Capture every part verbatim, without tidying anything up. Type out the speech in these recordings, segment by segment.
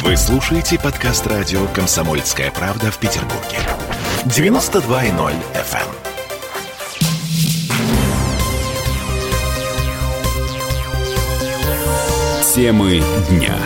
Вы слушаете подкаст радио «Комсомольская правда» в Петербурге. девяносто два и ноль эф эм. Темы дня.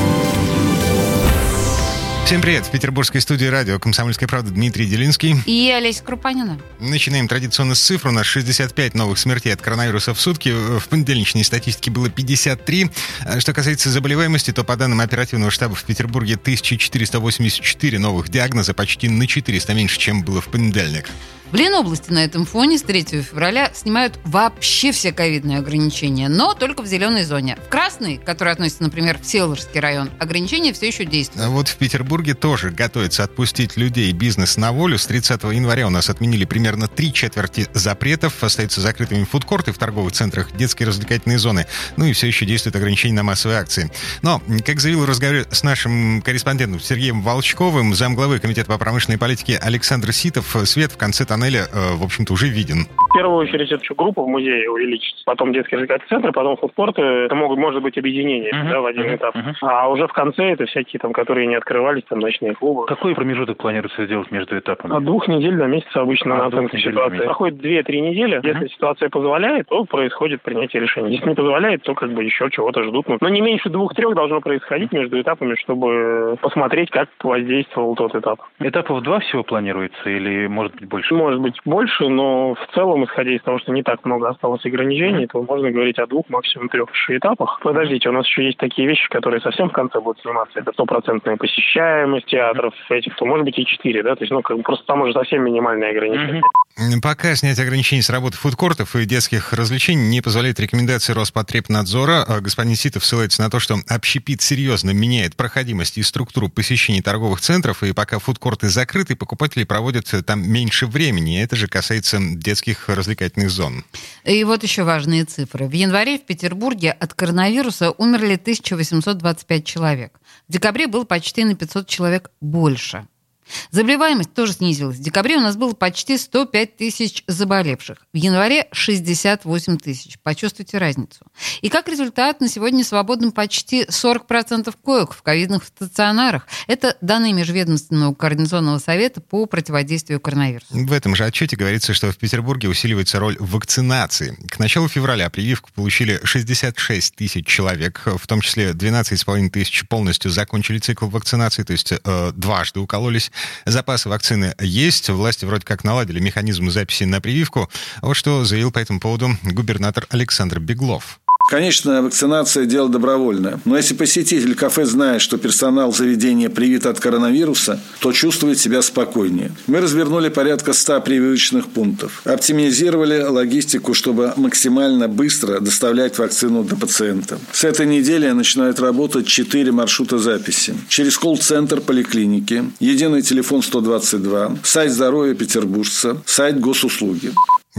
Всем привет! В петербургской студии радио «Комсомольская правда» Дмитрий Делинский. И Олеся Крупанина. Начинаем традиционно с цифр. У нас шестьдесят пять новых смертей от коронавируса в сутки. В понедельничной статистике было пятьдесят три. Что касается заболеваемости, то по данным оперативного штаба в Петербурге тысяча четыреста восемьдесят четыре новых диагноза, почти на четыреста меньше, чем было в понедельник. В Ленобласти на этом фоне с третьего февраля снимают вообще все ковидные ограничения, но только в зеленой зоне. В красной, которая относится, например, в Всеволожский район, ограничения все еще действуют. А вот в Петербурге тоже готовятся отпустить людей и бизнес на волю. С тридцатого января у нас отменили примерно три четверти запретов. Остаются закрытыми фудкорты в торговых центрах, детские развлекательные зоны. Ну и все еще действуют ограничения на массовые акции. Но, как заявил в разговоре с нашим корреспондентом Сергеем Волчковым, замглавы Комитета по промышленной политике Александр Ситов, свет в конце тоннеля, в общем-то, уже виден. В первую очередь, это еще группа в музее увеличится, потом детский развлекательный центр, потом фудкорты. Это могут, может быть объединение uh-huh. да, в один uh-huh. этап. Uh-huh. А уже в конце это всякие, там, которые не открывались, там, ночные клубы. Какой промежуток планируется сделать между этапами? От двух недель до месяца обычно на оценку ситуации. Проходит две-три недели. Uh-huh. Если ситуация позволяет, то происходит принятие решения. Если не позволяет, то как бы еще чего-то ждут. Но не меньше двух-трех должно происходить между этапами, чтобы посмотреть, как воздействовал тот этап. Этапов два всего планируется или может быть больше? Может быть больше, но в целом, исходя из того, что не так много осталось ограничений, то можно говорить о двух, максимум трех этапах. Подождите, у нас еще есть такие вещи, которые совсем в конце будут сниматься. Это стопроцентная посещаемость театров этих, то может быть и четыре, да? То есть, ну, как бы просто там уже совсем минимальные ограничения. Пока снять ограничения с работы фудкортов и детских развлечений не позволяет рекомендации Роспотребнадзора. Господин Ситов ссылается на то, что общепит серьезно меняет проходимость и структуру посещений торговых центров, и пока фудкорты закрыты, покупатели проводят там меньше времени. Это же касается детских развлекательных зон. И вот еще важные цифры. В январе в Петербурге от коронавируса умерли тысяча восемьсот двадцать пять человек. В декабре было почти на пятьсот человек больше. Заболеваемость тоже снизилась. В декабре у нас было почти сто пять тысяч заболевших. В январе шестьдесят восемь тысяч. Почувствуйте разницу. И как результат, на сегодня свободно почти сорок процентов коек в ковидных стационарах. Это данные Межведомственного координационного совета по противодействию коронавирусу. В этом же отчете говорится, что в Петербурге усиливается роль вакцинации. К началу февраля прививку получили шестьдесят шесть тысяч человек, в том числе двенадцать с половиной тысяч полностью закончили цикл вакцинации, то есть э, дважды укололись. Запасы вакцины есть. Власти вроде как наладили механизм записи на прививку. Вот что заявил по этому поводу губернатор Александр Беглов. Конечно, вакцинация – дело добровольное. Но если посетитель кафе знает, что персонал заведения привит от коронавируса, то чувствует себя спокойнее. Мы развернули порядка ста прививочных пунктов. Оптимизировали логистику, чтобы максимально быстро доставлять вакцину до пациента. С этой недели начинают работать четыре маршрута записи. Через колл-центр поликлиники, единый телефон сто двадцать два, сайт здоровья петербуржца, сайт госуслуги.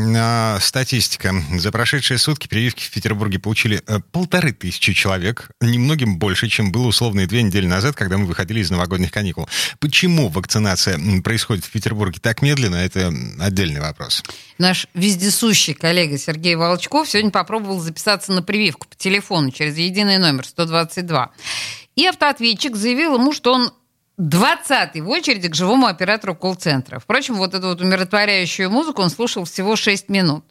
А, статистика. За прошедшие сутки прививки в Петербурге получили э, полторы тысячи человек. Немногим больше, чем было условные две недели назад, когда мы выходили из новогодних каникул. Почему вакцинация происходит в Петербурге так медленно, это отдельный вопрос. Наш вездесущий коллега Сергей Волчков сегодня попробовал записаться на прививку по телефону через единый номер сто двадцать два. И автоответчик заявил ему, что он двадцатый в очереди к живому оператору колл-центра. Впрочем, вот эту вот умиротворяющую музыку он слушал всего шесть минут.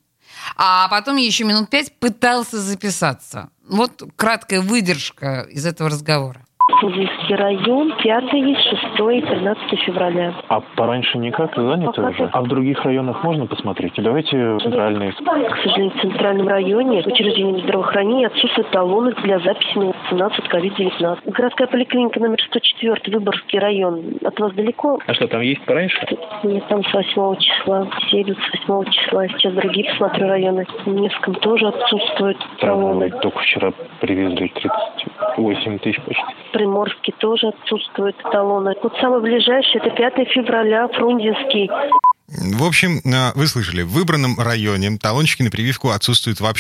А потом еще минут пять пытался записаться. Вот краткая выдержка из этого разговора. Суздальский район, пятый, шестой, тринадцатое февраля. А пораньше никак занято Пока уже? А в других районах можно посмотреть? Давайте центральные. К сожалению, в центральном районе учреждением здравоохранения отсутствуют талоны для записи на вакцинацию от ковид девятнадцать. Городская поликлиника номер сто четыре, Выборгский район. От вас далеко? А что, там есть пораньше? Нет, там с восьмого числа. Все идут с восьмого числа. Сейчас другие, посмотрю, районы. В Невском тоже отсутствуют талоны. Только вчера привезли тридцать восемь тысяч почти. Приморский тоже отсутствуют талоны. Вот самый ближайший, это пятое февраля, Фрунзенский. В общем, вы слышали, в выбранном районе талончики на прививку отсутствуют вообще.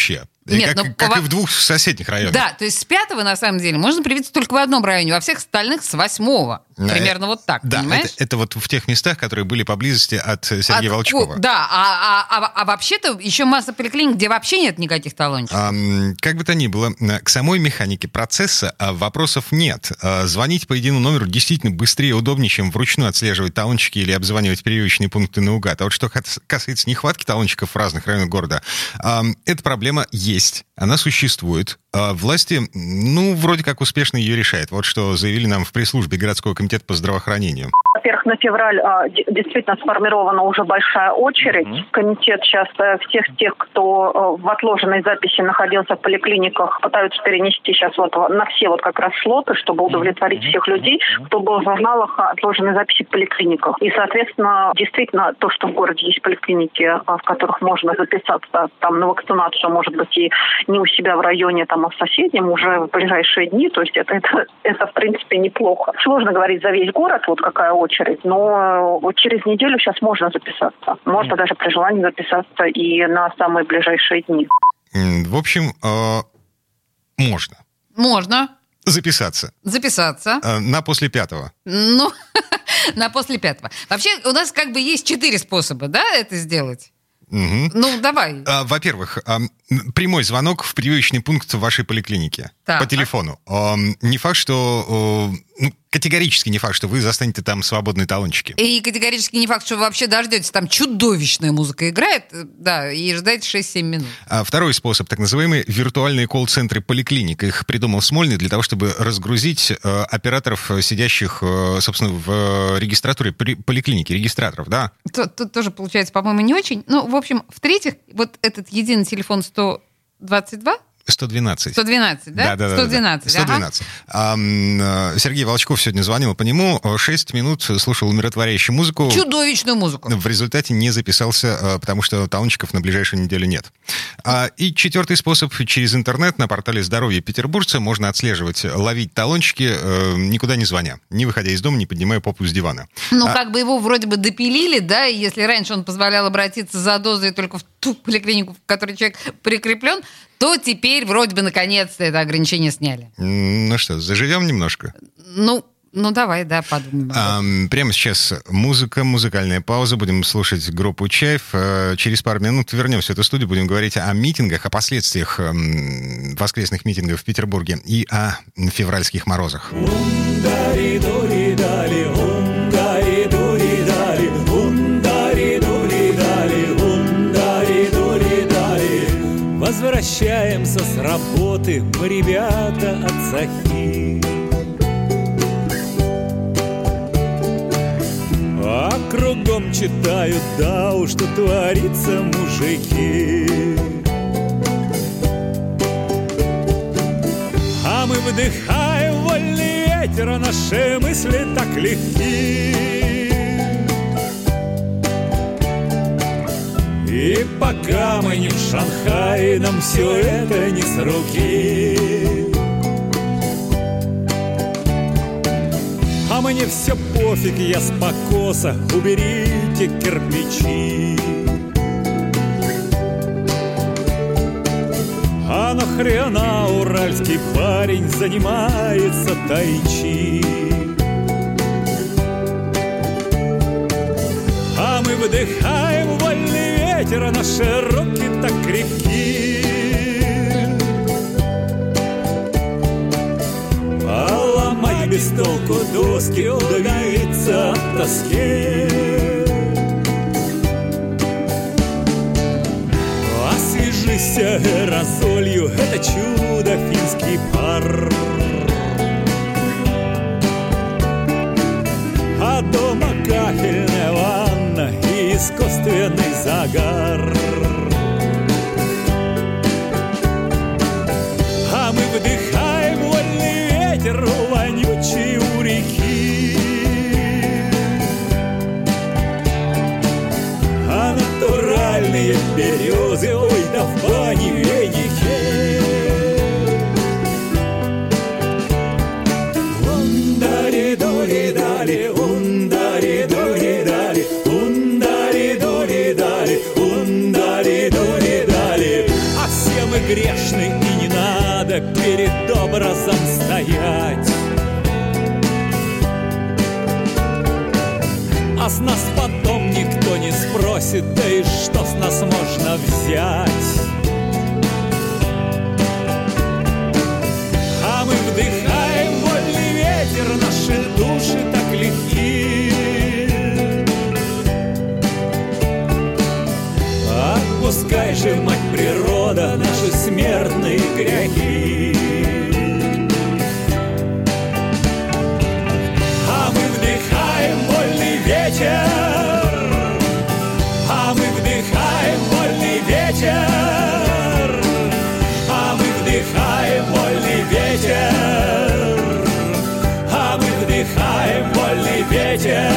И Нет, как, но как по... и в двух соседних районах. Да, то есть с пятого, на самом деле, можно привиться только в одном районе, во всех остальных с восьмого. Примерно вот так, да, понимаешь? Это, это вот в тех местах, которые были поблизости от Сергея от, Волчкова. Да, а, а, а, а вообще-то еще масса поликлиник, где вообще нет никаких талончиков. А, как бы то ни было, к самой механике процесса вопросов нет. Звонить по единому номеру действительно быстрее и удобнее, чем вручную отслеживать талончики или обзванивать прививочные пункты наугад. А вот что касается нехватки талончиков в разных районах города, эта проблема есть, она существует. Власти, ну, вроде как успешно ее решают. Вот что заявили нам в пресс-службе городского комитета по здравоохранению. Во-первых, на февраль а, действительно сформирована уже большая очередь. Mm-hmm. Комитет сейчас а, всех тех, кто а, в отложенной записи находился в поликлиниках, пытаются перенести сейчас вот на все вот как раз слоты, чтобы удовлетворить mm-hmm. всех людей, кто был в журналах отложенной записи в поликлиниках. И, соответственно, действительно, то, что в городе есть поликлиники, а, в которых можно записаться там на вакцинацию, может быть, и не у себя в районе, там, а в соседнем уже в ближайшие дни. То есть это, это, это в принципе, неплохо. Сложно говорить за весь город, вот какая очередь, но вот через неделю сейчас можно записаться. Можно mm. даже при желании записаться и на самые ближайшие дни. В общем, э, можно. Можно. Записаться. Записаться. Э, на после пятого. Ну, на после пятого. Вообще, у нас как бы есть четыре способа, да, это сделать? Угу. Ну, давай. А, во-первых, а, прямой звонок в прививочный пункт в вашей поликлинике так. по телефону. А, не факт, что... Ну, категорически не факт, что вы застанете там свободные талончики. И категорически не факт, что вы вообще дождетесь. Там чудовищная музыка играет, да, и ждать шесть-семь минут. А второй способ, так называемые виртуальные колл-центры поликлиник. Их придумал Смольный для того, чтобы разгрузить э, операторов, сидящих, э, собственно, в регистратуре при, поликлиники, регистраторов, да? Тут, тут тоже получается, по-моему, не очень. Ну, в общем, в-третьих, вот этот единый телефон сто двадцать два, сто двенадцать. сто двенадцать, да? Да, да, сто двенадцать, да, да. сто двенадцать. Ага. Сергей Волчков сегодня звонил по нему, шесть минут слушал умиротворяющую музыку. Чудовищную музыку. В результате не записался, потому что талончиков на ближайшую неделю нет. И четвертый способ. Через интернет на портале «Здоровье петербуржца» можно отслеживать, ловить талончики, никуда не звоня, не выходя из дома, не поднимая попу с дивана. Ну, а... как бы его вроде бы допилили, да, и если раньше он позволял обратиться за дозой только в ту поликлинику, в которой человек прикреплен, то теперь вроде бы наконец-то это ограничение сняли. Ну что, заживем немножко? Ну, ну давай, да, подумаем. А, прямо сейчас музыка, музыкальная пауза. Будем слушать группу «Чайф». Через пару минут вернемся в эту студию. Будем говорить о митингах, о последствиях воскресных митингов в Петербурге и о февральских морозах. Возвращаемся с работы, мы, ребята, от Сахи. А кругом читают, да уж, что творится, мужики. А мы вдыхаем вольный ветер, а наши мысли так легки. И пока мы не в Шанхае, нам все это не с руки. А мне все пофиг, я с покоса, уберите кирпичи. А нахрена уральский парень занимается тайчи? А мы выдыхаем вольный ветер, а наши руки так крепки. А ломать без толку доски, удавиться от тоски. Освежись аэрозолью, это чудо финский пар. А дома кафельная ванна и искусственный загар. А мы вдыхаем вольный ветер, вонючий у реки. А натуральные березы, ой, да в бане веники. Ундари-дури-дали, ундари-дури-дали, ундари-дури-дали, ундари-дури-дали. А все мы грешны образом стоять. А с нас потом никто не спросит, да и что с нас можно взять? А мы вдыхаем вольный ветер, наши души так легки. Отпускай же, мать природа, наши смертные грехи. А мы вдыхаем вольный ветер, а мы вдыхаем вольный ветер, а мы вдыхаем вольный ветер, а мы вдыхаем вольный ветер.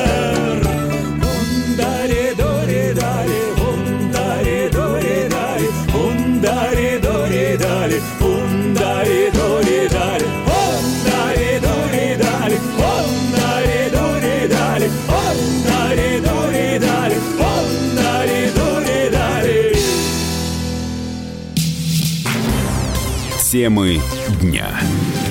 Ундари-дори-дали, ундари-дори-дали, ундари-дори-дали, ундари-дори-дали, ундари-дори-дали, ундари-дори-дали, ундари-дори-дали, ундари-дори-дали. Темы дня.